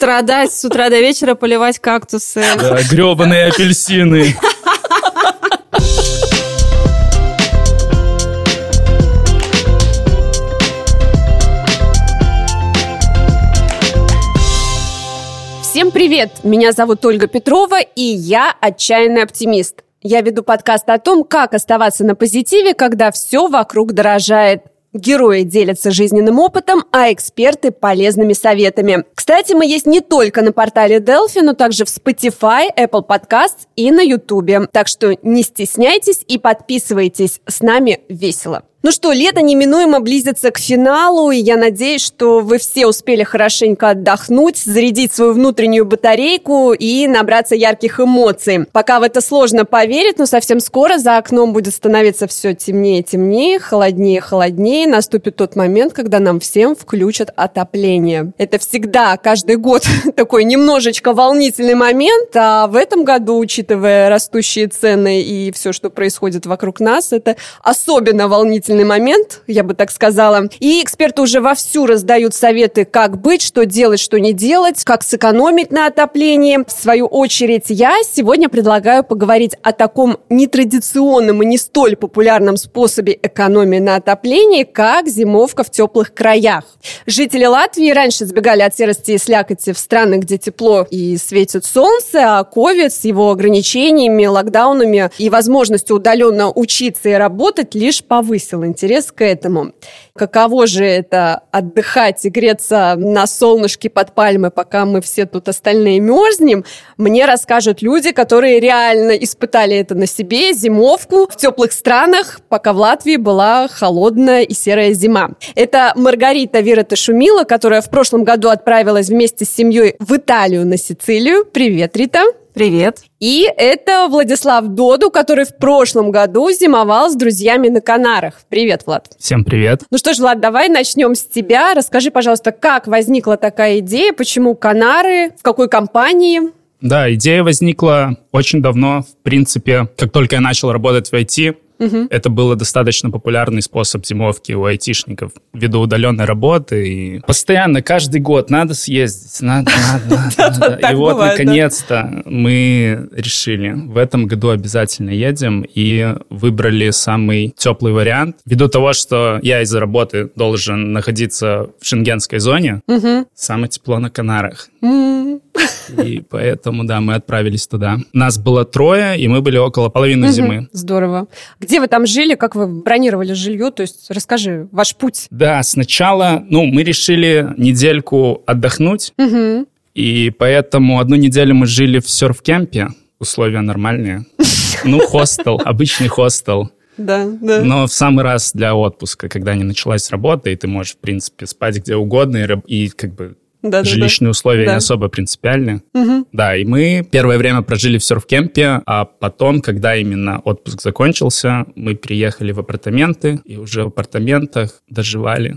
страдать с утра до вечера, поливать кактусы. Да, гребаные апельсины. Всем привет! Меня зовут Ольга Петрова, и я отчаянный оптимист. Я веду подкаст о том, как оставаться на позитиве, когда все вокруг дорожает. Герои делятся жизненным опытом, а эксперты – полезными советами. Кстати, мы есть не только на портале Delphi, но также в Spotify, Apple Podcasts и на YouTube. Так что не стесняйтесь и подписывайтесь. С нами весело. Ну что, лето неминуемо близится к финалу, и я надеюсь, что вы все успели хорошенько отдохнуть, зарядить свою внутреннюю батарейку и набраться ярких эмоций. Пока в это сложно поверить, но совсем скоро за окном будет становиться все темнее и темнее, холоднее и холоднее. Наступит тот момент, когда нам всем включат отопление. Это всегда, каждый год такой немножечко волнительный момент, а в этом году, учитывая растущие цены и все, что происходит вокруг нас, это особенно волнительный момент, я бы так сказала. И эксперты уже вовсю раздают советы, как быть, что делать, что не делать, как сэкономить на отоплении. В свою очередь, я сегодня предлагаю поговорить о таком нетрадиционном и не столь популярном способе экономии на отоплении, как зимовка в теплых краях. Жители Латвии раньше сбегали от серости и слякоти в страны, где тепло и светит солнце, а ковид с его ограничениями, локдаунами и возможностью удаленно учиться и работать лишь повысил интерес к этому. Каково же это отдыхать и греться на солнышке под пальмой, пока мы все тут остальные мерзнем, мне расскажут люди, которые реально испытали это на себе, зимовку в теплых странах, пока в Латвии была холодная и серая зима. Это Маргарита Вирата-Шумила, которая в прошлом году отправилась вместе с семьей в Италию на Сицилию. Привет, Рита! Привет. И это Владислав Доду, который в прошлом году зимовал с друзьями на Канарах. Привет, Влад. Всем привет. Ну что ж, Влад, давай начнем с тебя. Расскажи, пожалуйста, как возникла такая идея, почему Канары, в какой компании? Да, идея возникла очень давно. В принципе, как только я начал работать в IT, это был достаточно популярный способ зимовки у айтишников ввиду удаленной работы. И постоянно, каждый год надо съездить, надо. И вот, наконец-то, мы решили, в этом году обязательно едем и выбрали самый теплый вариант. Ввиду того, что я из-за работы должен находиться в шенгенской зоне, самое тепло на Канарах. И поэтому, да, мы отправились туда. Нас было 3, и мы были около половины зимы. Здорово. Где вы там жили? Как вы бронировали жилье? То есть расскажи ваш путь. Да, сначала, мы решили недельку отдохнуть, и поэтому 1 неделю мы жили в серф-кемпе. Условия нормальные. Хостел, обычный хостел. Да. Но в самый раз для отпуска, когда не началась работа, и ты можешь, в принципе, спать где угодно, и как бы жилищные условия не особо принципиальны. Да, и мы первое время прожили в серф-кемпе, а потом, когда именно отпуск закончился, мы переехали в апартаменты, и уже в апартаментах доживали.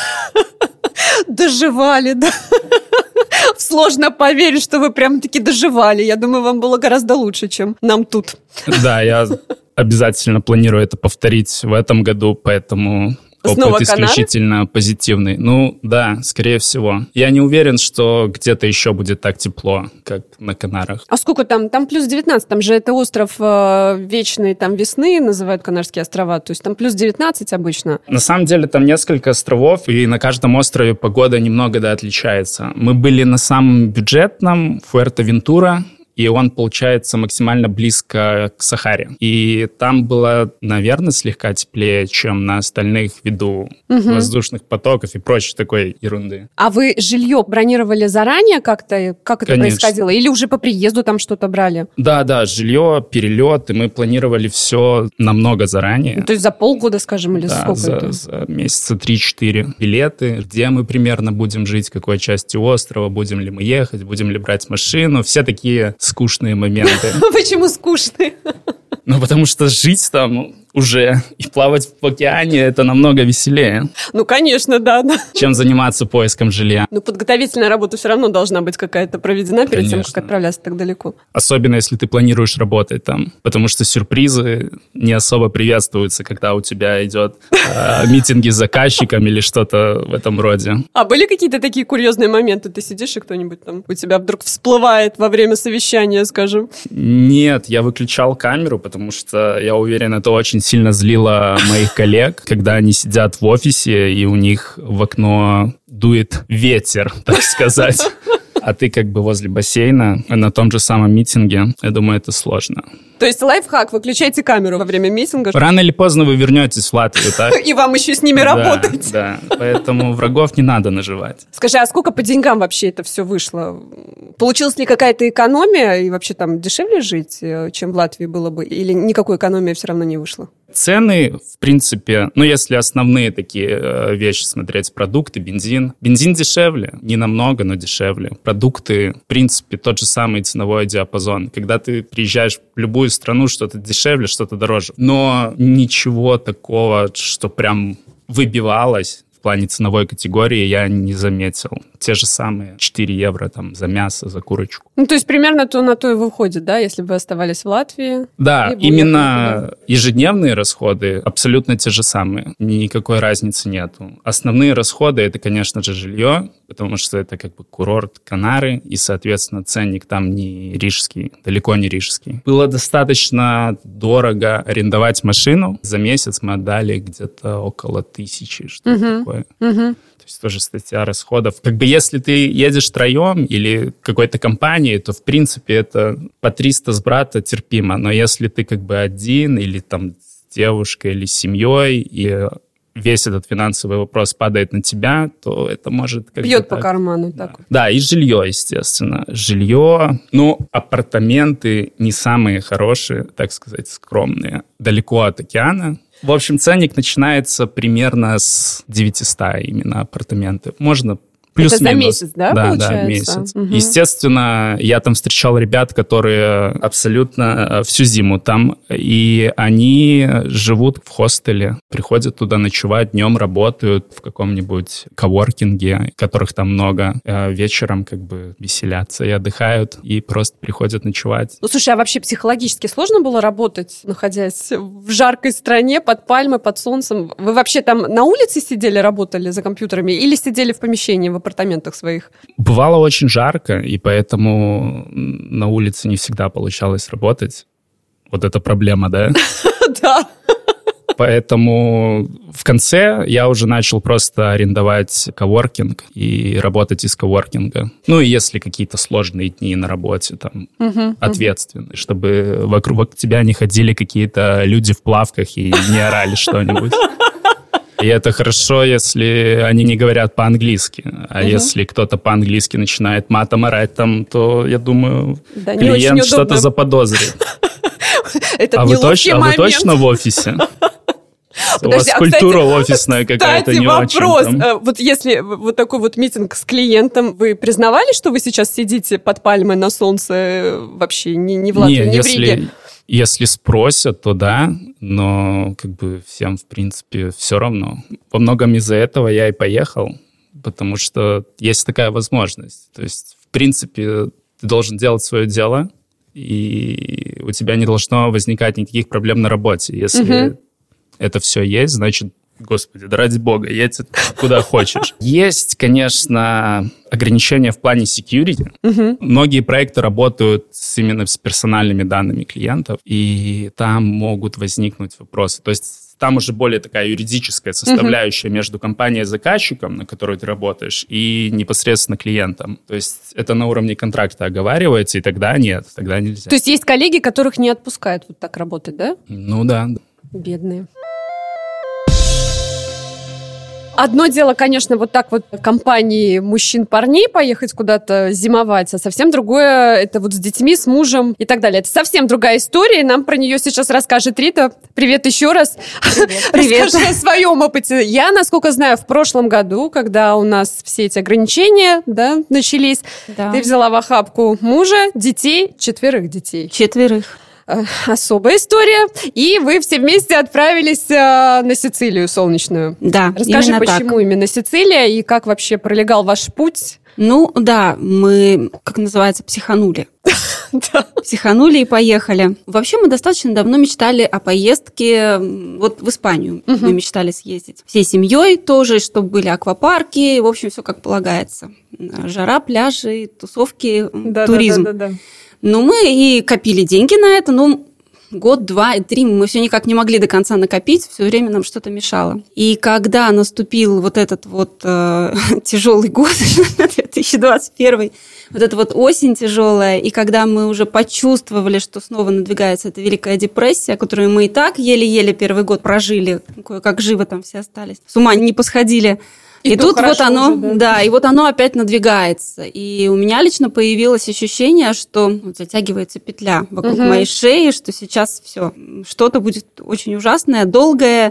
Доживали, да. Сложно поверить, что вы прям-таки доживали. Я думаю, вам было гораздо лучше, чем нам тут. Да, я обязательно планирую это повторить в этом году, поэтому... Опыт исключительно позитивный. Да, скорее всего. Я не уверен, что где-то еще будет так тепло, как на Канарах. А сколько там? Там плюс 19. Там же это остров вечной весны, называют Канарские острова. То есть там плюс 19 обычно. На самом деле там несколько островов, и на каждом острове погода немного отличается. Мы были на самом бюджетном, Фуэртевентура, и он, получается, максимально близко к Сахаре. И там было, наверное, слегка теплее, чем на остальных ввиду воздушных потоков и прочей такой ерунды. А вы жилье бронировали заранее как-то? Как это происходило? Или уже по приезду там что-то брали? Да, жилье, перелет, и мы планировали все намного заранее. То есть за полгода, скажем, или сколько это? За месяца 3-4. Билеты, где мы примерно будем жить, в какой части острова, будем ли мы ехать, будем ли брать машину. Все такие скучные моменты. Почему скучные? Потому что жить там уже. И плавать в океане это намного веселее. Ну, конечно, да. Чем заниматься поиском жилья. Ну, подготовительная работа все равно должна быть какая-то проведена перед тем, как отправляться так далеко. Особенно, если ты планируешь работать там. Потому что сюрпризы не особо приветствуются, когда у тебя идет митинги с заказчиком или что-то в этом роде. А были какие-то такие курьезные моменты? Ты сидишь, и кто-нибудь там у тебя вдруг всплывает во время совещания, скажем? Нет, я выключал камеру, потому что, я уверен, это очень сильно злило моих коллег, когда они сидят в офисе, и у них в окно дует ветер, так сказать. А ты как бы возле бассейна на том же самом митинге. Я думаю, это сложно. То есть лайфхак, выключайте камеру во время митинга. Рано или поздно вы вернетесь в Латвию, так? И вам еще с ними работать. Да, поэтому врагов не надо наживать. Скажи, а сколько по деньгам вообще это все вышло? Получилась ли какая-то экономия и вообще там дешевле жить, чем в Латвии было бы? Или никакой экономии все равно не вышло? Цены, в принципе, если основные такие вещи смотреть, продукты, бензин. Бензин дешевле, не намного, но дешевле. Продукты, в принципе, тот же самый ценовой диапазон. Когда ты приезжаешь в любую страну, что-то дешевле, что-то дороже. Но ничего такого, что прям выбивалось в плане ценовой категории, я не заметил. Те же самые 4 евро там, за мясо, за курочку. Ну, то есть примерно то на то и выходит, да, если бы вы оставались в Латвии? Да, именно ежедневные расходы абсолютно те же самые. Никакой разницы нету. Основные расходы — это, конечно же, жилье, потому что это как бы курорт Канары, и, соответственно, ценник там не рижский, далеко не рижский. Было достаточно дорого арендовать машину. За месяц мы отдали где-то около 1000, что-то такое. То есть тоже статья расходов. Как бы если ты едешь втроем или какой-то компанией, то, в принципе, это по 300 с брата терпимо. Но если ты как бы один или там с девушкой или с семьей, и весь этот финансовый вопрос падает на тебя, то это может... Бьет по карману. Да. Так. Да, и жилье, естественно. Жилье, апартаменты не самые хорошие, так сказать, скромные. Далеко от океана. В общем, ценник начинается примерно с 900 именно апартаменты. Можно плюс-минус. Это за месяц, да, получается? Да, месяц. Угу. Естественно, я там встречал ребят, которые абсолютно всю зиму там, и они живут в хостеле, приходят туда ночевать, днем работают в каком-нибудь коворкинге, которых там много, вечером как бы веселятся и отдыхают, и просто приходят ночевать. Ну, слушай, а вообще психологически сложно было работать, находясь в жаркой стране, под пальмой, под солнцем? Вы вообще там на улице сидели, работали за компьютерами, или сидели в помещении, в апартаментах своих? Бывало очень жарко, и поэтому на улице не всегда получалось работать. Вот это проблема, да? Да. Поэтому в конце я уже начал просто арендовать коворкинг и работать из коворкинга. Ну, и если какие-то сложные дни на работе, там, ответственные, чтобы вокруг тебя не ходили какие-то люди в плавках и не орали что-нибудь. И это хорошо, если они не говорят по-английски. А если кто-то по-английски начинает матом орать там, то, я думаю, да, клиент что-то заподозрит. А вы точно в офисе? У вас культура офисная какая-то не очень. Кстати, вопрос. Вот если вот такой вот митинг с клиентом, вы признавали, что вы сейчас сидите под пальмой на солнце вообще не в Латвии, не в Риге? Если спросят, то да, но как бы всем, в принципе, все равно. Во многом из-за этого я и поехал, потому что есть такая возможность. То есть, в принципе, ты должен делать свое дело, и у тебя не должно возникать никаких проблем на работе. Если это все есть, значит, господи, да ради бога, едь куда хочешь. Есть, конечно, ограничения в плане security. Многие проекты работают именно с персональными данными клиентов, и там могут возникнуть вопросы. То есть там уже более такая юридическая составляющая между компанией и заказчиком, на которой ты работаешь, и непосредственно клиентом. То есть это на уровне контракта оговаривается, и тогда нет, тогда нельзя. То есть есть коллеги, которых не отпускают вот так работать, да? Ну да. Бедные. Одно дело, конечно, вот так вот компании мужчин-парней поехать куда-то зимовать, а совсем другое это вот с детьми, с мужем и так далее. Это совсем другая история, и нам про нее сейчас расскажет Рита. Привет еще раз. Привет. Расскажи о своем опыте. Я, насколько знаю, в прошлом году, когда у нас все эти ограничения начались, ты взяла в охапку мужа, детей, 4 детей. 4. особая история. И вы все вместе отправились на Сицилию солнечную. Да, расскажи, именно почему так. именно Сицилия и как вообще пролегал ваш путь? Ну, да, мы, как называется, психанули. Психанули и поехали. Вообще мы достаточно давно мечтали о поездке вот в Испанию. Мы мечтали съездить всей семьей тоже, чтобы были аквапарки, в общем, все как полагается. Жара, пляжи, тусовки, туризм. Да. Ну, мы и копили деньги на это, год, 2, 3 мы все никак не могли до конца накопить, все время нам что-то мешало. И когда наступил вот этот вот тяжелый год, 2021, вот эта вот осень тяжелая, и когда мы уже почувствовали, что снова надвигается эта Великая депрессия, которую мы и так еле-еле первый год прожили, кое-как живы там все остались, с ума не посходили. И тут вот оно, уже, да, и вот оно опять надвигается. И у меня лично появилось ощущение, что затягивается петля вокруг моей шеи, что сейчас все, что-то будет очень ужасное, долгое,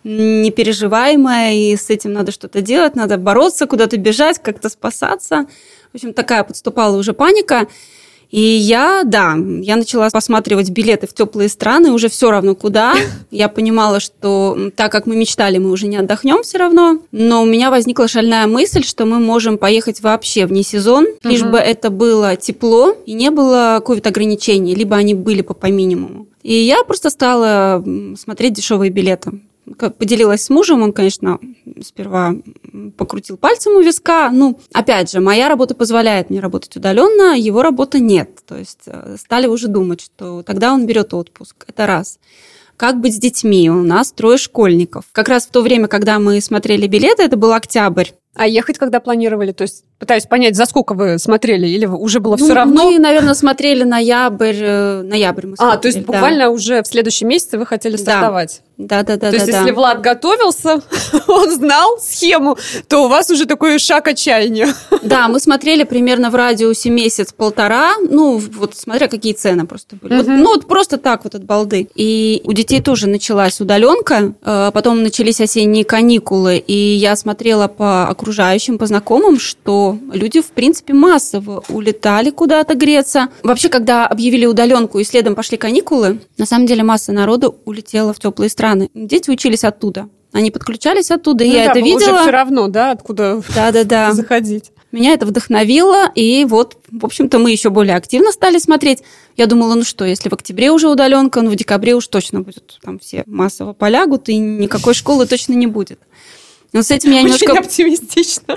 непереживаемое, и с этим надо что-то делать, надо бороться, куда-то бежать, как-то спасаться. В общем, такая подступала уже паника. И я начала посматривать билеты в теплые страны, уже все равно куда. Я понимала, что так как мы мечтали, мы уже не отдохнем все равно. Но у меня возникла шальная мысль, что мы можем поехать вообще вне сезон, лишь бы это было тепло и не было ковид-ограничений, либо они были по минимуму. И я просто стала смотреть дешевые билеты. Поделилась с мужем, он, конечно, сперва покрутил пальцем у виска. Опять же, моя работа позволяет мне работать удаленно, его работа нет. То есть стали уже думать, что тогда он берет отпуск. Это раз. Как быть с детьми? У нас 3 школьников. Как раз в то время, когда мы смотрели билеты, это был октябрь. А ехать когда планировали? То есть пытаюсь понять, за сколько вы смотрели, или уже было все равно? Мы, наверное, смотрели ноябрь мы смотрели. То есть буквально уже в следующем месяце вы хотели стартовать? Да. То есть если Влад готовился, он знал схему, то у вас уже такой шаг отчаяния. Да, мы смотрели примерно в радиусе месяц-полтора, смотря какие цены просто были. Просто так от балды. И у детей тоже началась удаленка, потом начались осенние каникулы, и я смотрела по окружающим, по знакомым, что люди, в принципе, массово улетали куда-то греться. Вообще, когда объявили удаленку и следом пошли каникулы, на самом деле масса народу улетела в теплые страны. Дети учились оттуда. Они подключались оттуда, и я это видела. Уже все равно, откуда заходить. Меня это вдохновило, и в общем-то, мы еще более активно стали смотреть. Я думала, если в октябре уже удаленка, в декабре уж точно будет, там все массово полягут, и никакой школы точно не будет. Но с этим я немножко... Очень оптимистично.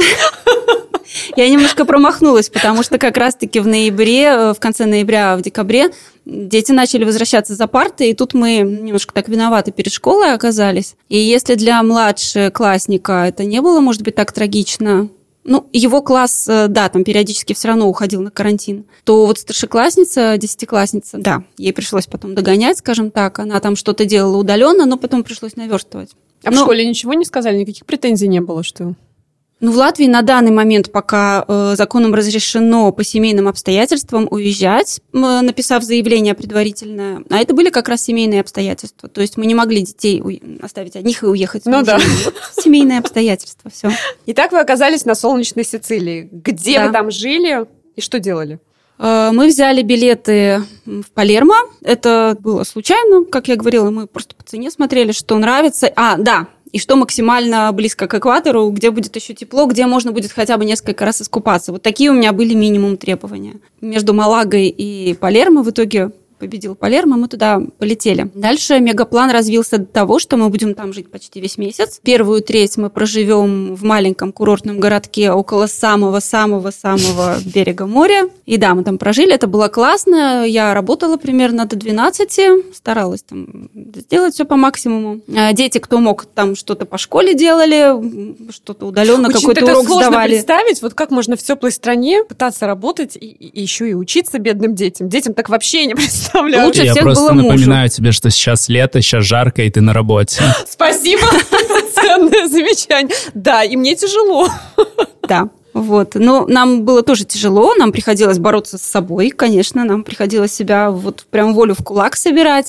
Я немножко промахнулась, потому что как раз-таки в конце ноября, в декабре дети начали возвращаться за парты, и тут мы немножко так виноваты перед школой оказались. И если для младшеклассника это не было, может быть, так трагично, его класс, там периодически все равно уходил на карантин, то старшеклассница, 10-классница, ей пришлось потом догонять, скажем так, она там что-то делала удаленно, но потом пришлось наверстывать. А в школе ничего не сказали, никаких претензий не было, что... В Латвии на данный момент пока законом разрешено по семейным обстоятельствам уезжать, написав заявление предварительное. А это были как раз семейные обстоятельства. То есть мы не могли детей оставить одних и уехать. Семейные обстоятельства, все. Итак, вы оказались на солнечной Сицилии. Где вы там жили и что делали? Мы взяли билеты в Палермо. Это было случайно, как я говорила, мы просто по цене смотрели, что нравится. И что максимально близко к экватору, где будет еще тепло, где можно будет хотя бы несколько раз искупаться. Вот такие у меня были минимум требования. Между Малагой и Палермо в итоге победил Палермо, мы туда полетели. Дальше мегаплан развился до того, что мы будем там жить почти весь месяц. Первую треть мы проживем в маленьком курортном городке около самого-самого-самого берега моря. И мы там прожили, это было классно. Я работала примерно до 12, старалась там сделать все по максимуму. Дети, кто мог, там что-то по школе делали, что-то удаленно, какой-то урок сдавали. Сложно представить, как можно в теплой стране пытаться работать и еще и учиться бедным детям. Детям так вообще не представляю. Лучше я всех просто было мужу. Напоминаю тебе, что сейчас лето, сейчас жарко, и ты на работе. Спасибо, ценное замечание. Да, и мне тяжело. Да. Но нам было тоже тяжело, нам приходилось бороться с собой, конечно, нам приходилось себя прям волю в кулак собирать.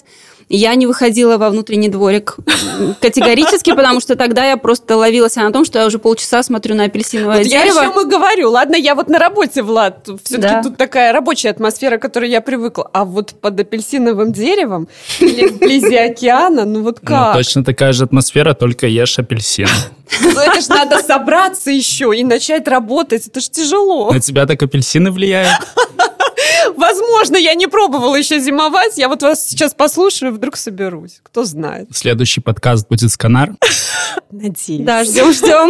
Я не выходила во внутренний дворик категорически, потому что тогда я просто ловила себя на том, что я уже полчаса смотрю на апельсиновое дерево. Я о чем и говорю. Ладно, я вот на работе, Влад. Все-таки тут такая рабочая атмосфера, к которой я привыкла. А вот под апельсиновым деревом или вблизи океана, ну вот как? Точно такая же атмосфера, только ешь апельсин. Ну это ж надо собраться еще и начать работать. Это ж тяжело. На тебя так апельсины влияют? Возможно, я не пробовала еще зимовать. Я вот вас сейчас послушаю, вдруг соберусь. Кто знает. Следующий подкаст будет с Канар. Надеюсь. Да, ждем.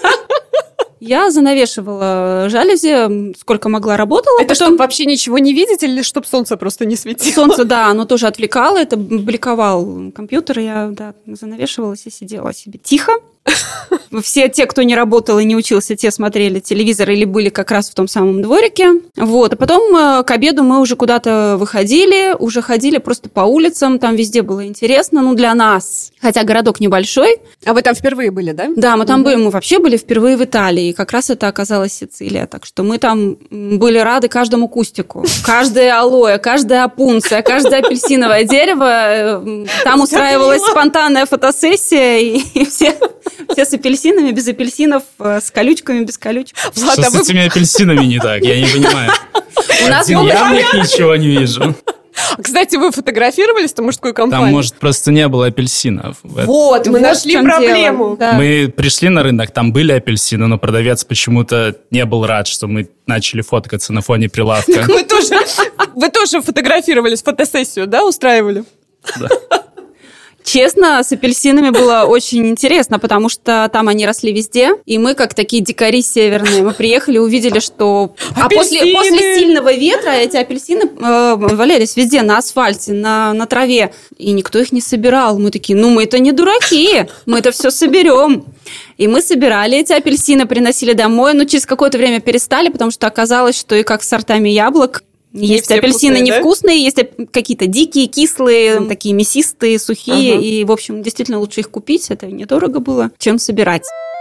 Я занавешивала жалюзи, сколько могла работала. Это чтобы вообще ничего не видеть или чтобы солнце просто не светило? Солнце, да, оно тоже отвлекало, это бликовал компьютер. Я, занавешивалась и сидела себе тихо. Все те, кто не работал и не учился, те смотрели телевизор или были как раз в том самом дворике. Вот. А потом к обеду мы уже куда-то выходили, уже ходили просто по улицам, там везде было интересно, для нас. Хотя городок небольшой. А вы там впервые были, да? Да, мы там были, мы вообще были впервые в Италии, и как раз это оказалась Сицилия. Так что мы там были рады каждому кустику. Каждое алоэ, каждая опунция, каждое апельсиновое дерево. Там устраивалась спонтанная фотосессия, и все с апельсинами, без апельсинов, с колючками, без колючек. Что с этими апельсинами не так? Я не понимаю. Я в них ничего не вижу. Кстати, вы фотографировались в мужской компании? Там, может, просто не было апельсинов. Вот, мы нашли проблему. Да. Мы пришли на рынок, там были апельсины, но продавец почему-то не был рад, что мы начали фоткаться на фоне прилавка. Вы тоже фотографировались, фотосессию, да, устраивали? Да. Честно, с апельсинами было очень интересно, потому что там они росли везде, и мы, как такие дикари северные, мы приехали, увидели, что... А после сильного ветра эти апельсины валялись везде, на асфальте, на траве, и никто их не собирал. Мы такие, мы-то не дураки, мы это все соберем. И мы собирали эти апельсины, приносили домой, но через какое-то время перестали, потому что оказалось, что и как с сортами яблок, есть апельсины вкусные, невкусные, да? Есть какие-то дикие, кислые, такие мясистые, сухие. И, в общем, действительно лучше их купить. Это недорого было, чем собирать.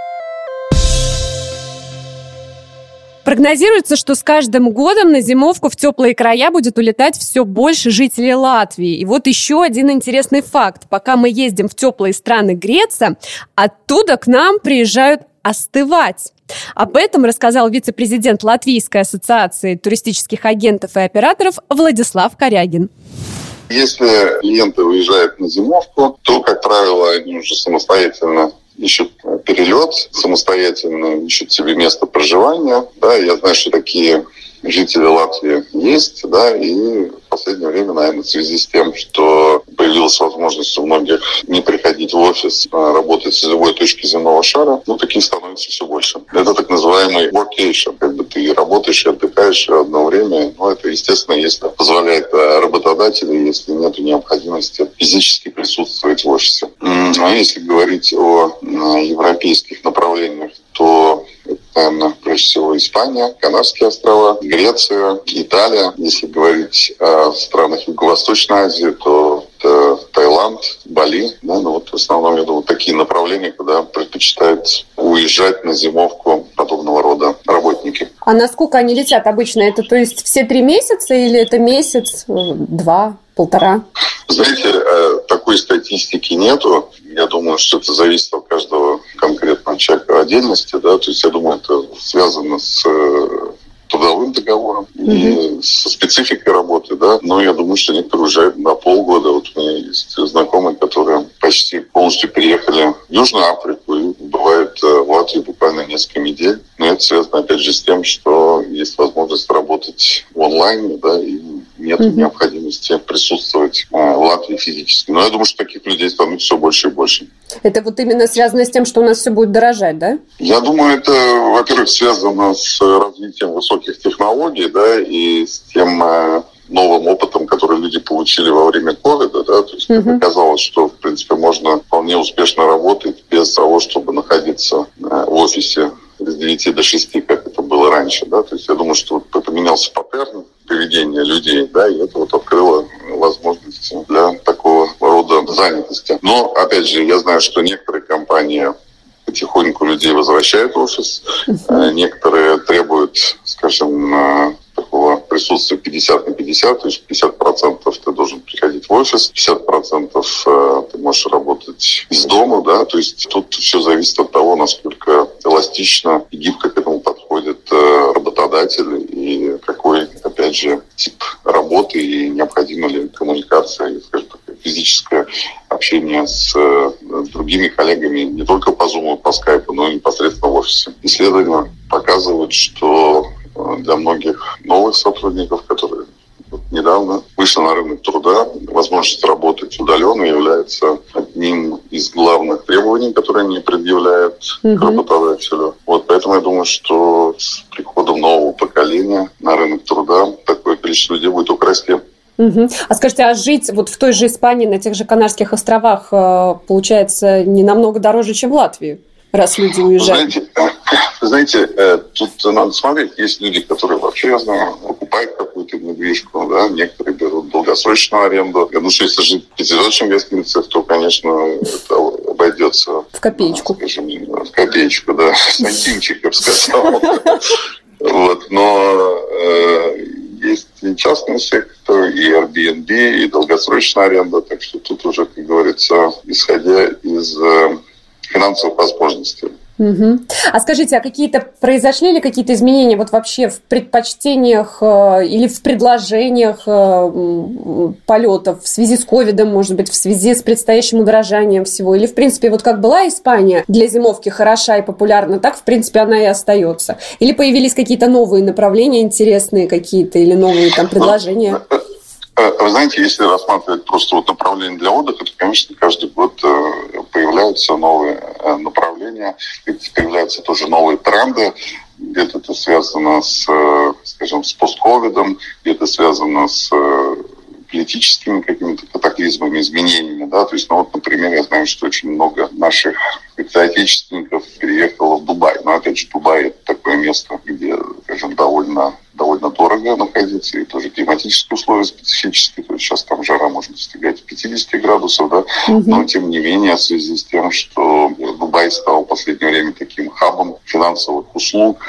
Прогнозируется, что с каждым годом на зимовку в теплые края будет улетать все больше жителей Латвии. И вот еще один интересный факт. Пока мы ездим в теплые страны греться, оттуда к нам приезжают остывать. Об этом рассказал вице-президент Латвийской ассоциации туристических агентов и операторов Владислав Корягин. Если клиенты уезжают на зимовку, то, как правило, они уже самостоятельно ищут перелет, самостоятельно ищут себе место проживания. Да, я знаю, что такие жители Латвии есть, да, и в последнее время, наверное, в связи с тем, что появилась возможность у многих не приходить в офис, а работать с любой точки земного шара, таких становится все больше. Это так называемый workation, как бы ты работаешь и отдыхаешь в одно время. Это, естественно, если позволяет работодателю, если нет необходимости физически присутствовать в офисе. А если говорить о европейских направлениях, то это, наверное, прежде всего Испания, Канарские острова, Греция, Италия. Если говорить о странах Юго-Восточной Азии, то это Таиланд, Бали. Да, в основном, я думаю, такие направления, куда предпочитают уезжать на зимовку подобного рода работники. А насколько они летят обычно? Это, то есть, все 3 месяца или это месяц, 2, 1,5? Знаете, такой статистики нету. Я думаю, что это зависит от каждого конкретного человека отдельности. Да? То есть, я думаю, это связано с трудовым договором и со спецификой работы. Да? Но я думаю, что некоторые уезжают на полгода. Вот у меня есть знакомые, которые почти полностью переехали в Южную Африку и бывают в Латвии буквально несколько недель. Но это связано, опять же, с тем, что есть возможность работать в онлайне, да, и нет необходимости присутствовать в Латвии физически. Но я думаю, что таких людей становится все больше и больше. Это вот именно связано с тем, что у нас все будет дорожать, да? Я думаю, это, во-первых, связано с развитием высоких технологий, да, и с тем новым опытом, который люди получили во время ковида, да, то есть оказалось, что, в принципе, можно вполне успешно работать без того, чтобы находиться в офисе с 9 до 6, как это было раньше, да, то есть я думаю, что это менялся паттерн поведения людей, да, и это открыло возможности для такого рода занятости. Но, опять же, я знаю, что некоторые компании потихоньку людей возвращают в офис, некоторые требуют, скажем, такого присутствия 50 на 50, то есть 50% ты должен приходить в офис, 50% сотрудников, ты можешь работать из дома, да, то есть тут все зависит от того, насколько эластично и гибко к этому подходит работодатель и какой, опять же, тип работы и необходима ли коммуникация, и, скажем так, физическое общение с другими коллегами не только по Zoom, по Skype, но и непосредственно в офисе. Исследования показывают, что для многих новых сотрудников, которые недавно вышли на рынок труда, возможность работать удаленно является одним из главных требований, которые они предъявляют к работодателю. Вот поэтому я думаю, что с приходом нового поколения на рынок труда такое количество людей будет только расти. А скажите, а жить вот в той же Испании, на тех же Канарских островах, получается, не намного дороже, чем в Латвии, раз люди уезжают? Знаете, тут надо смотреть. Есть люди, которые вообще, я знаю, покупают какую-то недвижку, да, некоторые берут долгосрочную аренду. Ну, что если жить в пятизвездочном гостинице, то, конечно, это обойдется... В копеечку. Скажем, в копеечку, да, сантимчик, я бы сказал. Вот, но есть и частный сектор, и Airbnb, и долгосрочная аренда, так что тут уже, как говорится, исходя из финансовых возможностей. А скажите, а произошли ли какие-то изменения вот вообще в предпочтениях или в предложениях полетов в связи с ковидом, может быть, в связи с предстоящим удорожанием всего? Или, в принципе, вот как была Испания для зимовки хороша и популярна, так, в принципе, она и остается? Или появились какие-то новые направления интересные какие-то или новые там предложения? Вы знаете, если рассматривать просто вот направление для отдыха, то, конечно, каждый год появляются новые направления, появляются тоже новые тренды. Где-то это связано с, скажем, с постковидом, где-то связано с политическими какими-то катаклизмами, изменениями, да, то есть, ну вот, например, я знаю, что очень много наших соотечественников переехало в Дубай, но, опять же, Дубай — это такое место, где, скажем, довольно дорого находиться, и тоже климатические условия специфические, то есть сейчас там жара может достигать 50 градусов, да, но, тем не менее, в связи с тем, что Дубай стал в последнее время таким хабом финансовых услуг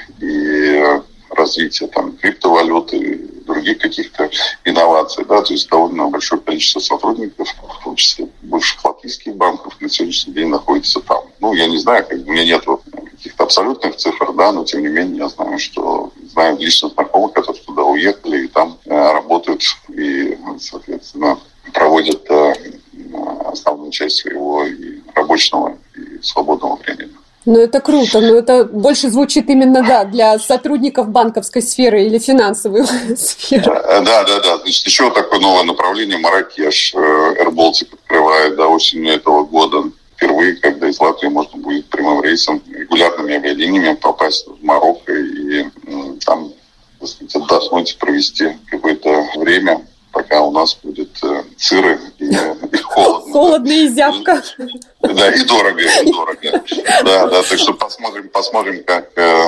и развития там криптовалюты и других каких-то инноваций, да, то есть довольно большое количество сотрудников, в том числе бывших латвийских банков, на сегодняшний день находится там. Ну, я не знаю, у меня нет каких-то абсолютных цифр, да, но тем не менее я знаю, знаю лично знакомых, которые туда уехали и там работают и, соответственно, проводят основную часть своего и рабочего, и свободного времени. Ну, это круто, но это больше звучит именно, да, для сотрудников банковской сферы или финансовой сферы. Да. Значит, еще такое новое направление — Марракеш. Air Baltic открывает, да, осенью этого года. Впервые, когда из Латвии можно будет прямым рейсом, регулярными авиалиниями попасть в Марокко и там, так сказать, отдохнуть, провести какое-то время, пока у нас будет сыро и холодно. Холодно и зябко. Да, и дорого. Да, так что посмотрим, как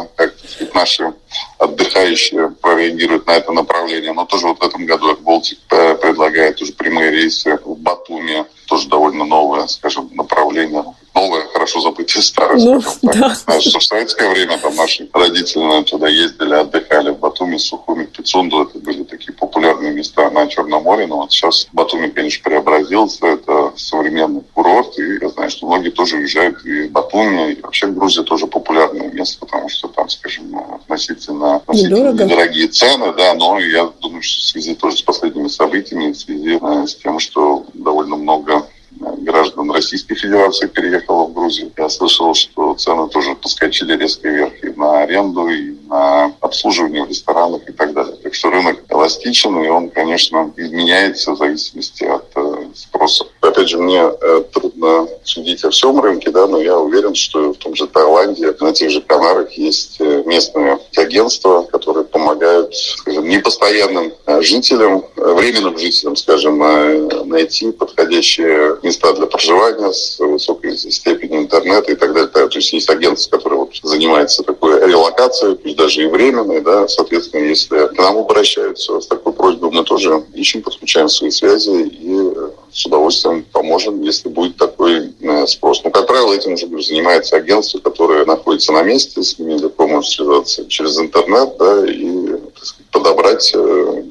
наши отдыхающие прореагируют на это направление. Но тоже вот в этом году Baltic предлагает уже прямые рейсы в Батуми, тоже довольно новое, скажем, направление. Новое, хорошо забытое, старое, скажем так. Да. Знаешь, что в советское время там наши родители туда ездили, отдыхали в Батуми, Сухуми, Пицунду. Это были такие популярные места на Черном море. Но вот сейчас Батуми, конечно, преобразился. Это современный курорт. И я знаю, что многие тоже уезжают и в Батуми. И вообще Грузия тоже популярное место, потому что там, скажем, относительно недорогие цены. Да, но я думаю, что в связи тоже с последними событиями, в связи с тем, что довольно много граждан Российской Федерации переехало в Грузию. Я слышал, что цены тоже подскочили резко вверх и на аренду, и на обслуживание в ресторанах и так далее. Так что рынок эластичен, и он, конечно, изменяется в зависимости от спроса. Опять же, мне трудно судить о всем рынке, да, но я уверен, что в том же Таиланде, на тех же Канарах есть местные агентства, которые помогают, скажем, непостоянным жителям, временным жителям, скажем, найти подходящие места для проживания с высокой степенью интернета и так далее. То есть есть агентство, которое вот занимается такой релокацией, пусть даже и временной, да, соответственно, если к нам обращаются с такой просьбой, мы тоже ищем, подключаем свои связи и с удовольствием поможем, если будет такой спрос. Но, как правило, этим уже занимается агентство, которое находится на месте, с ними легко можно связаться через интернет, да, и, так сказать, подобрать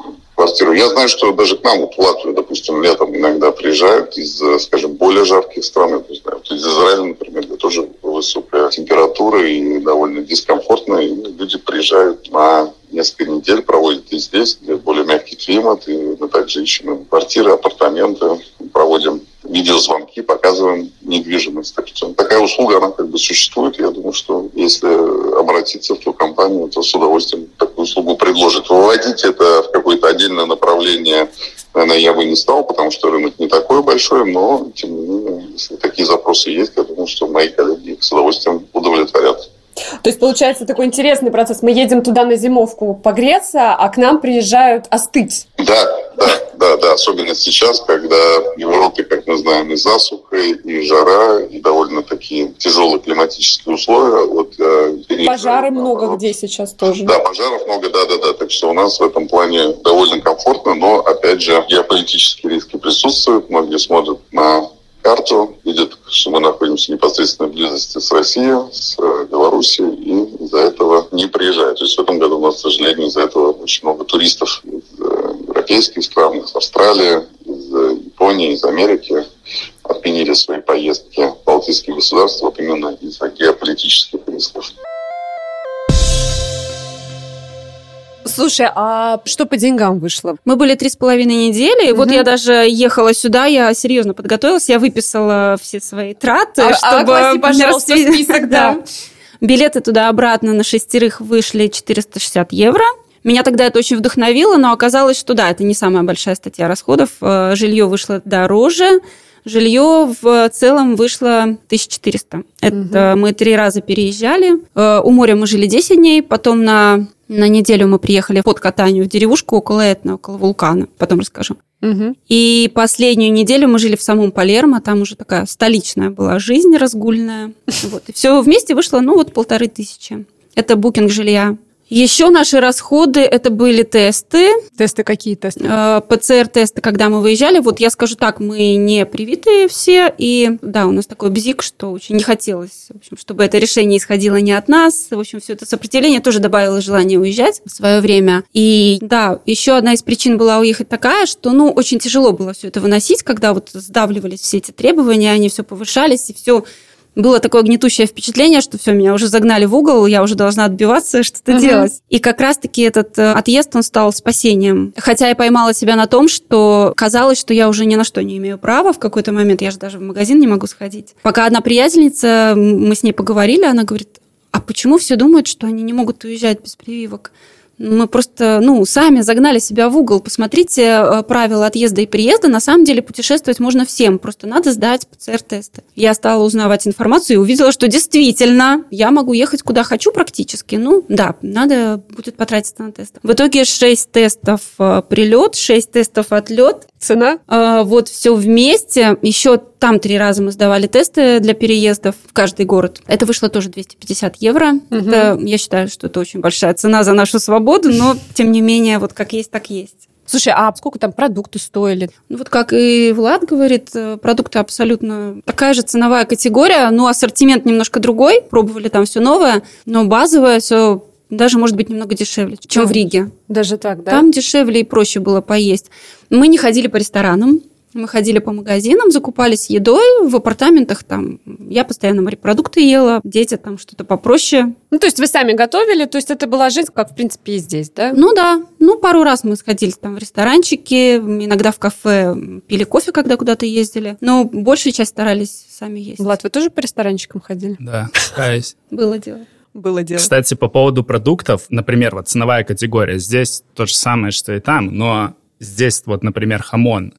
квартиру. Я знаю, что даже к нам вот в Латвию, допустим, летом иногда приезжают из, скажем, более жарких стран. То есть из Израиля, например, где тоже высокая температура и довольно дискомфортно. И люди приезжают на несколько недель, проводят и здесь, где более мягкий климат. И мы также ищем квартиры, апартаменты, проводим видеозвонки, показываем недвижимость. Так что такая услуга, она как бы существует. Я думаю, что если обратиться в ту компанию, то с удовольствием такую услугу предложит. Выводить это в какое-то отдельное направление, наверное, я бы не стал, потому что рынок не такой большой, но, тем не менее, если такие запросы есть, я думаю, что мои коллеги их с удовольствием удовлетворят. То есть, получается, такой интересный процесс. Мы едем туда на зимовку погреться, а к нам приезжают остыть. Да. Особенно сейчас, когда в Европе, как мы знаем, и засуха, и жара, и довольно такие тяжелые климатические условия. Вот, пожары много где сейчас тоже. Да, пожаров много, да. Так что у нас в этом плане довольно комфортно, но, опять же, геополитические риски присутствуют. Многие смотрят на карту, видят, что мы находимся в непосредственной близости с Россией, с Белоруссией, и из-за этого не приезжают. То есть в этом году у нас, к сожалению, из-за этого очень много туристов из европейских стран, из Австралии, из Японии, из Америки отменили свои поездки в балтийские государства вот именно из-за геополитических рисков. Слушай, а что по деньгам вышло? Мы были 3,5 недели. Вот я даже ехала сюда, я серьезно подготовилась, я выписала все свои траты, чтобы... Огласи, пожалуйста, список, да. Билеты туда-обратно на 6 вышли 460 евро. Меня тогда это очень вдохновило, но оказалось, что да, это не самая большая статья расходов. Жилье вышло дороже. Жилье в целом вышло 1400. Это мы 3 раза переезжали. У моря мы жили 10 дней, потом на неделю мы приехали под катанию в деревушку около Этны, около вулкана. Потом расскажу. И последнюю неделю мы жили в самом Палермо, там уже такая столичная была жизнь разгульная. Вот. И все вместе вышло, 1500. Это букинг жилья. Еще наши расходы, это были тесты. Тесты какие тесты? ПЦР-тесты, когда мы выезжали. Вот я скажу так, мы не привитые все. И да, у нас такой бзик, что очень не хотелось, в общем, чтобы это решение исходило не от нас. В общем, все это сопротивление тоже добавило желание уезжать в свое время. И да, еще одна из причин была уехать такая, что очень тяжело было все это выносить, когда вот сдавливались все эти требования, они все повышались, и все... Было такое гнетущее впечатление, что все, меня уже загнали в угол, я уже должна отбиваться, что-то делать. И как раз-таки этот отъезд, он стал спасением. Хотя я поймала себя на том, что казалось, что я уже ни на что не имею права в какой-то момент, я же даже в магазин не могу сходить. Пока одна приятельница, мы с ней поговорили, она говорит, а почему все думают, что они не могут уезжать без прививок? Мы просто, сами загнали себя в угол. Посмотрите правила отъезда и приезда. На самом деле путешествовать можно всем. Просто надо сдать ПЦР-тесты. Я стала узнавать информацию и увидела, что действительно я могу ехать куда хочу практически. Да, надо будет потратиться на тесты. В итоге 6 тестов прилет, 6 тестов отлет. Цена? Вот все вместе. Еще там 3 раза мы сдавали тесты для переездов в каждый город. Это вышло тоже 250 евро. Это, я считаю, что это очень большая цена за нашу свободу, но, тем не менее, вот как есть, так есть. Слушай, а сколько там продукты стоили? Вот как и Влад говорит, продукты абсолютно такая же ценовая категория, ассортимент немножко другой. Пробовали там все новое, но базовое все... Даже, может быть, немного дешевле, чем в Риге. Даже так, да? Там дешевле и проще было поесть. Мы не ходили по ресторанам, мы ходили по магазинам, закупались едой в апартаментах. Там я постоянно морепродукты ела, дети там что-то попроще. То есть вы сами готовили, то есть это была жизнь, как, в принципе, и здесь, да? Да. Пару раз мы сходили там в ресторанчики, иногда в кафе пили кофе, когда куда-то ездили. Но большую часть старались сами есть. Влад, вы тоже по ресторанчикам ходили? Да, каюсь. Было дело. Кстати, по поводу продуктов, например, вот ценовая категория, здесь то же самое, что и там, но здесь вот, например, хамон.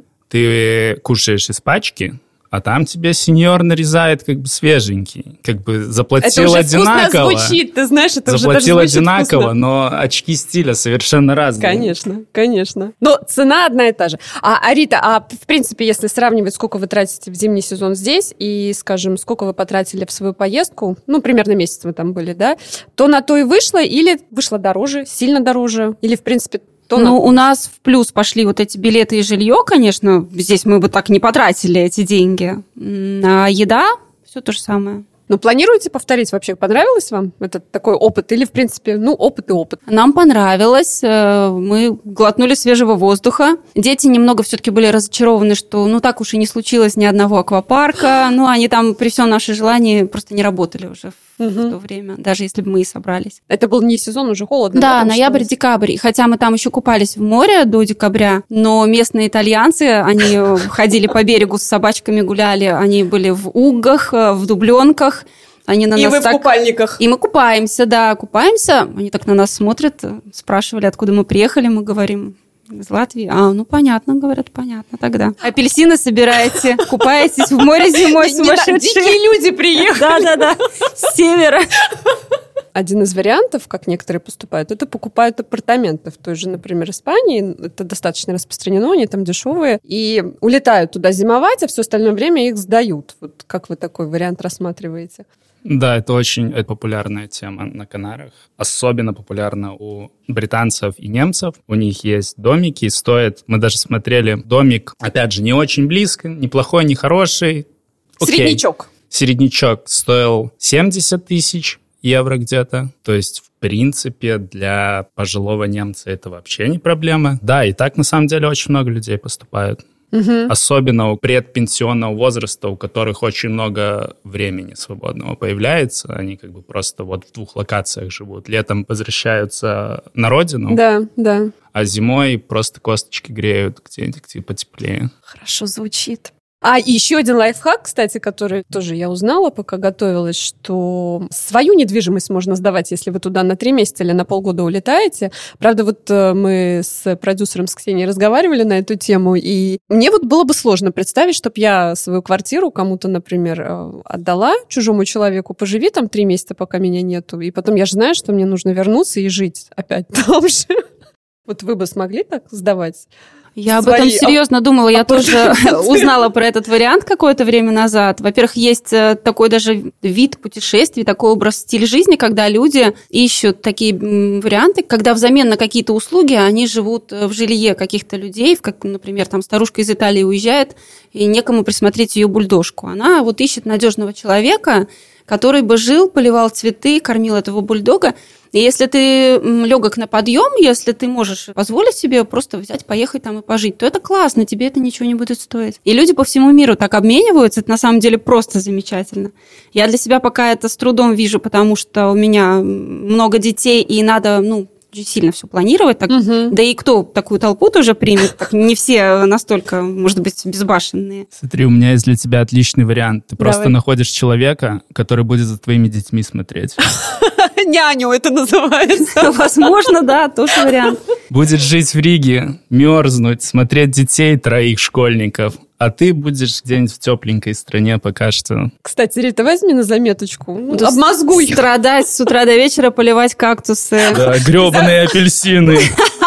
Ты кушаешь из пачки, а там тебе сеньор нарезает как бы свеженький, как бы заплатил это уже одинаково. Вкусно звучит, ты знаешь, это заплатил уже даже звучит одинаково, вкусно. но очки стиля совершенно разные. Конечно. Но цена одна и та же. Рита, в принципе, если сравнивать, сколько вы тратите в зимний сезон здесь и, скажем, сколько вы потратили в свою поездку, примерно месяц вы там были, да, то на то и вышло, или вышло дороже, сильно дороже, или, в принципе... у нас в плюс пошли вот эти билеты и жилье, конечно. Здесь мы бы так не потратили эти деньги. А еда все то же самое. Ну, планируете повторить вообще? Понравилось вам этот такой опыт? Или, в принципе, опыт и опыт? Нам понравилось. Мы глотнули свежего воздуха. Дети немного все-таки были разочарованы, что так уж и не случилось ни одного аквапарка. Они там при всем наше желание просто не работали уже в то время, даже если бы мы и собрались. Это был не сезон, уже холодно. Да, ноябрь-декабрь. Хотя мы там еще купались в море до декабря, но местные итальянцы, они ходили по берегу с собачками, гуляли, они были в уггах, в дубленках. Они на нас вы в купальниках. И мы купаемся. Они так на нас смотрят, спрашивали, откуда мы приехали. Мы говорим, из Латвии. Понятно, говорят, понятно тогда. Апельсины собираете, купаетесь в море зимой сумасшедшие. Дикие люди приехали. Да, с севера. Один из вариантов, как некоторые поступают, это покупают апартаменты в той же, например, Испании. Это достаточно распространено, они там дешевые. И улетают туда зимовать, а все остальное время их сдают. Вот как вы такой вариант рассматриваете? Да, это очень популярная тема на Канарах. Особенно популярна у британцев и немцев. У них есть домики, мы даже смотрели домик, опять же, не очень близко, не плохой, не хороший. Среднячок. Среднячок стоил 70 тысяч евро где-то. То есть, в принципе, для пожилого немца это вообще не проблема. Да, и так, на самом деле, очень много людей поступают. Особенно у предпенсионного возраста, у которых очень много времени свободного появляется. Они как бы просто в 2 локациях живут. Летом возвращаются на родину, да. А зимой просто косточки греют где-нибудь потеплее. Хорошо звучит. А еще один лайфхак, кстати, который тоже я узнала, пока готовилась, что свою недвижимость можно сдавать, если вы туда на 3 месяца или на полгода улетаете. Правда, мы с продюсером, с Ксенией разговаривали на эту тему, и мне было бы сложно представить, чтобы я свою квартиру кому-то, например, отдала чужому человеку, поживи там 3 месяца, пока меня нету, и потом я же знаю, что мне нужно вернуться и жить опять там же. Вот вы бы смогли так сдавать? Я об этом серьезно думала. Я тоже узнала про этот вариант какое-то время назад. Во-первых, есть такой даже вид путешествий, такой образ, стиль жизни, когда люди ищут такие варианты, когда взамен на какие-то услуги они живут в жилье каких-то людей, как, например, там старушка из Италии уезжает, и некому присмотреть ее бульдожку. Она ищет надежного человека, который бы жил, поливал цветы, кормил этого бульдога. И если ты легок на подъем, если ты можешь позволить себе просто взять, поехать там и пожить, то это классно, тебе это ничего не будет стоить. И люди по всему миру так обмениваются, это на самом деле просто замечательно. Я для себя пока это с трудом вижу, потому что у меня много детей, и надо, сильно все планировать. Так, да и кто такую толпу тоже примет? Так, не все настолько, может быть, безбашенные. Смотри, у меня есть для тебя отличный вариант. Ты просто находишь человека, который будет за твоими детьми смотреть. Няню это называется. Возможно, да, тоже вариант. Будет жить в Риге, мерзнуть, смотреть детей 3 школьников, а ты будешь где-нибудь в тепленькой стране пока что. Кстати, Рита, возьми на заметочку. Обмозгуй. Страдать с утра до вечера, поливать кактусы. Да, гребаные апельсины.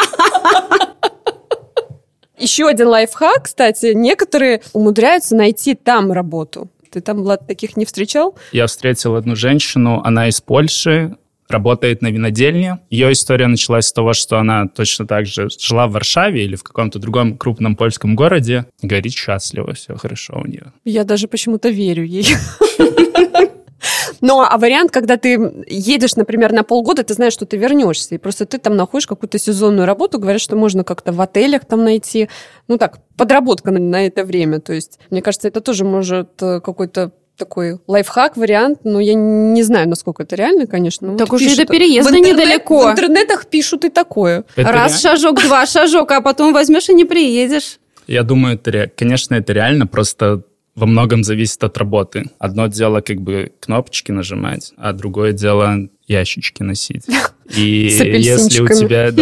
Еще один лайфхак, кстати, некоторые умудряются найти там работу. Ты там, Влад, таких не встречал? Я встретил одну женщину, она из Польши, работает на винодельне. Ее история началась с того, что она точно так же жила в Варшаве или в каком-то другом крупном польском городе. Говорит, счастлива, все хорошо у нее. Я даже почему-то верю ей. А вариант, когда ты едешь, например, на полгода, ты знаешь, что ты вернешься, и просто ты там находишь какую-то сезонную работу, говорят, что можно как-то в отелях там найти, подработка на это время. То есть, мне кажется, это тоже может какой-то такой лайфхак, вариант, но я не знаю, насколько это реально, конечно. Так уже и до переезда недалеко. В интернетах пишут и такое. Раз шажок, 2 шажок, а потом возьмешь и не приедешь. Я думаю, конечно, это реально, просто во многом зависит от работы. Одно дело кнопочки нажимать, а другое дело ящички носить. И если у тебя...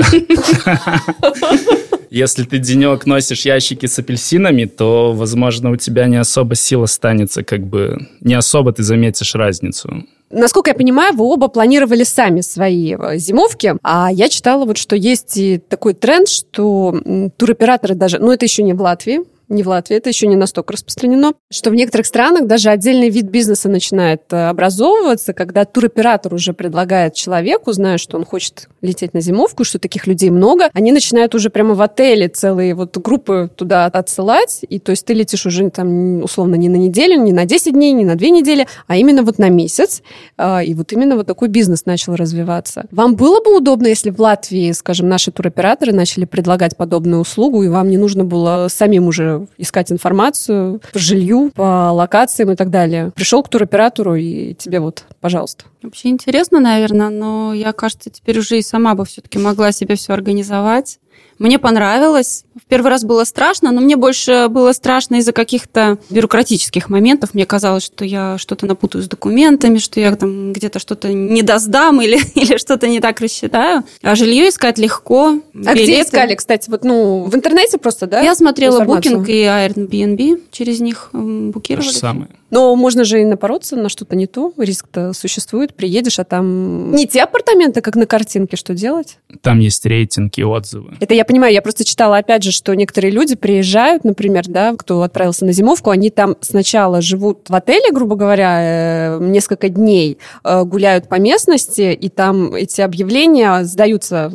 Если ты денек носишь ящики с апельсинами, то, возможно, у тебя не особо сил останется, не особо ты заметишь разницу. Насколько я понимаю, вы оба планировали сами свои зимовки, а я читала, что есть и такой тренд, что туроператоры даже, это еще не в Латвии, не в Латвии, это еще не настолько распространено, что в некоторых странах даже отдельный вид бизнеса начинает образовываться, когда туроператор уже предлагает человеку, зная, что он хочет лететь на зимовку, что таких людей много, они начинают уже прямо в отеле целые вот группы туда отсылать, и то есть ты летишь уже там условно не на неделю, не на 10 дней, не на 2 недели, а именно вот на месяц, и вот именно вот такой бизнес начал развиваться. Вам было бы удобно, если в Латвии, скажем, наши туроператоры начали предлагать подобную услугу, и вам не нужно было самим уже искать информацию по жилью, по локациям и так далее? Пришел к туроператору, и тебе вот, пожалуйста. Вообще интересно, наверное, но я, кажется, теперь уже и сама бы все-таки могла себе все организовать. Мне понравилось. В первый раз было страшно, но мне больше было страшно из-за каких-то бюрократических моментов. Мне казалось, что я что-то напутаю с документами, что я там где-то что-то не досдам или что-то не так рассчитаю. А жилье искать легко. А где искали, кстати? Вот, в интернете просто, да? Я смотрела Booking и Airbnb, через них букировали. То же самое. Но можно же и напороться на что-то не то. Риск-то существует. Приедешь, а там не те апартаменты, как на картинке. Что делать? Там есть рейтинг и отзывы. Это я понимаю. Я просто читала, опять же, что некоторые люди приезжают, например, да, кто отправился на зимовку, они там сначала живут в отеле, грубо говоря, несколько дней, гуляют по местности, и там эти объявления сдаются,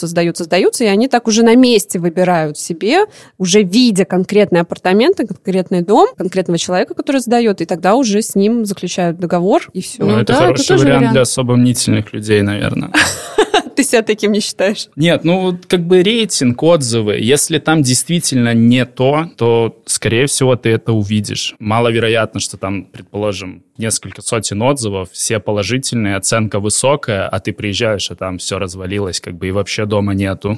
и они так уже на месте выбирают себе, уже видя конкретные апартаменты, конкретный дом, конкретного человека, который сдает, и тогда уже с ним заключают договор, и все. Ну, это да, хороший это вариант для особо мнительных людей, наверное. Ты себя таким не считаешь? Нет, вот как бы рейтинг, отзывы. Если там действительно не то, скорее всего, ты это увидишь. Маловероятно, что там, предположим, несколько сотен отзывов, все положительные, оценка высокая, а ты приезжаешь, а там все развалилось, как бы и вообще дома нету.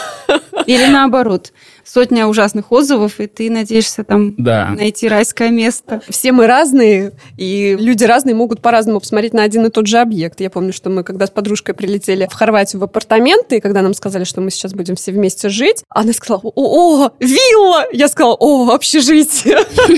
Или наоборот, сотня ужасных отзывов, и ты надеешься там найти райское место. Все мы разные, и люди разные могут по-разному посмотреть на один и тот же объект. Я помню, что мы когда с подружкой прилетели в Хорватию в апартаменты, и когда нам сказали, что мы сейчас будем все вместе жить, она сказала: «О, вилла!» Я сказала: «О, общежитие!»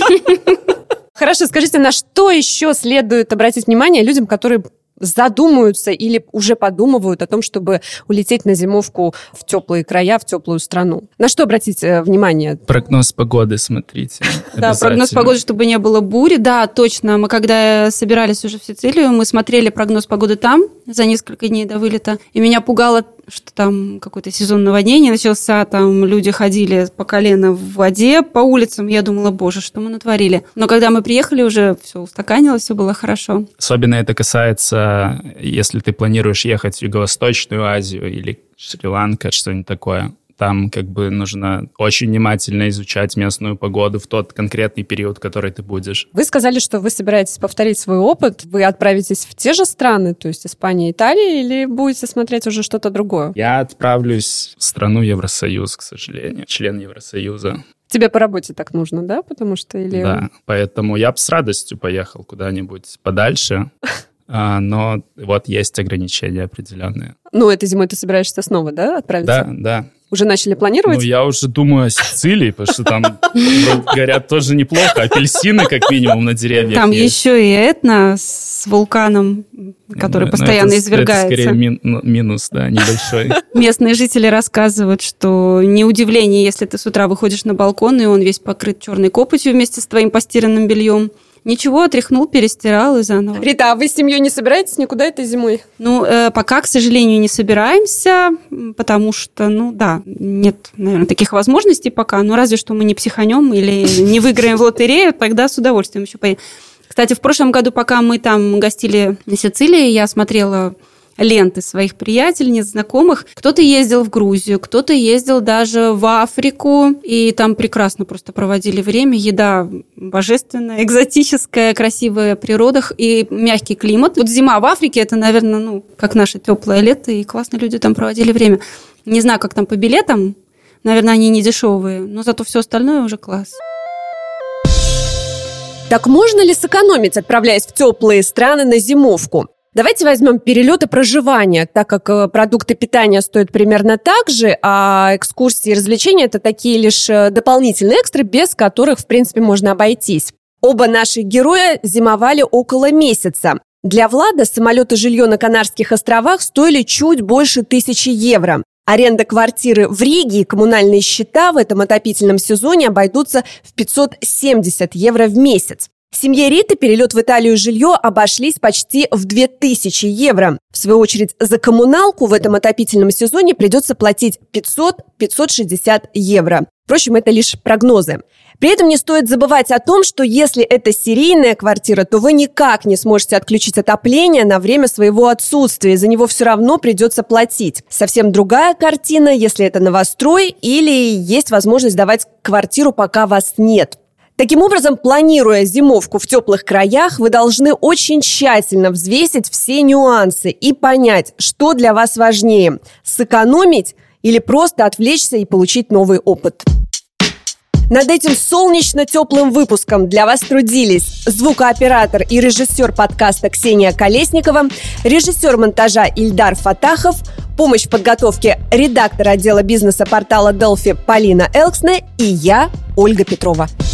Хорошо, скажите, на что еще следует обратить внимание людям, которые задумаются или уже подумывают о том, чтобы улететь на зимовку в теплые края, в теплую страну? На что обратить внимание? Прогноз погоды смотрите. Да, прогноз погоды, чтобы не было бури. Да, точно. Мы когда собирались уже в Сицилию, мы смотрели прогноз погоды там за несколько дней до вылета. И меня пугало, что там какой-то сезон наводнений начался, там люди ходили по колено в воде по улицам. Я думала: боже, что мы натворили. Но когда мы приехали, уже все устаканилось, все было хорошо. Особенно это касается, если ты планируешь ехать в Юго-Восточную Азию или Шри-Ланка, что-нибудь такое. Там как бы нужно очень внимательно изучать местную погоду в тот конкретный период, в который ты будешь. Вы сказали, что вы собираетесь повторить свой опыт. Вы отправитесь в те же страны, то есть Испания, Италия, или будете смотреть уже что-то другое? Я отправлюсь в страну Евросоюз, к сожалению, член Евросоюза. Тебе по работе так нужно, да? Потому что Да, поэтому я бы с радостью поехал куда-нибудь подальше. Но вот есть ограничения определенные. Ну, этой зимой ты собираешься снова, да, отправиться? Да. Уже начали планировать? Ну, я уже думаю о Сицилии, потому что там, говорят, тоже неплохо. Апельсины, как минимум, на деревьях там есть. еще и Этна с вулканом, который постоянно извергается. Это скорее минус, да, небольшой. Местные жители рассказывают, что не удивление, если ты с утра выходишь на балкон, и он весь покрыт черной копотью вместе с твоим постиранным бельем. Ничего, отряхнул, перестирал и заново. Рита, а вы с семьей не собираетесь никуда этой зимой? Ну, пока, к сожалению, не собираемся, потому что, нет, наверное, таких возможностей пока. Ну, разве что мы не психанем или не выиграем в лотерею, тогда с удовольствием еще поедем. Кстати, в прошлом году, пока мы там гостили на Сицилии, я смотрела ленты своих приятельниц, знакомых. Кто-то ездил в Грузию, кто-то ездил даже в Африку, и там прекрасно просто проводили время. Еда божественная, экзотическая, красивая природа и мягкий климат. Вот зима в Африке – это, наверное, как наше теплое лето, и классно люди там проводили время. Не знаю, как там по билетам, наверное, они не дешевые, но зато все остальное уже класс. Так можно ли сэкономить, отправляясь в теплые страны на зимовку? Давайте возьмем перелет и проживание, так как продукты питания стоят примерно так же, а экскурсии и развлечения – это такие лишь дополнительные экстры, без которых, в принципе, можно обойтись. Оба наших героя зимовали около месяца. Для Влада самолет и жилье на Канарских островах стоили чуть больше 1000 евро. Аренда квартиры в Риге и коммунальные счета в этом отопительном сезоне обойдутся в 570 евро в месяц. Семье Риты перелет в Италию и жилье обошлись почти в 2000 евро. В свою очередь, за коммуналку в этом отопительном сезоне придется платить 500-560 евро. Впрочем, это лишь прогнозы. При этом не стоит забывать о том, что если это серийная квартира, то вы никак не сможете отключить отопление на время своего отсутствия. За него все равно придется платить. Совсем другая картина, если это новострой или есть возможность сдавать квартиру, пока вас нет. Таким образом, планируя зимовку в теплых краях, вы должны очень тщательно взвесить все нюансы и понять, что для вас важнее – сэкономить или просто отвлечься и получить новый опыт. Над этим солнечно-теплым выпуском для вас трудились звукооператор и режиссер подкаста Ксения Колесникова, режиссер монтажа Ильдар Фатахов, помощь в подготовке редактор отдела бизнеса портала Delphi Полина Элксне и я, Ольга Петрова.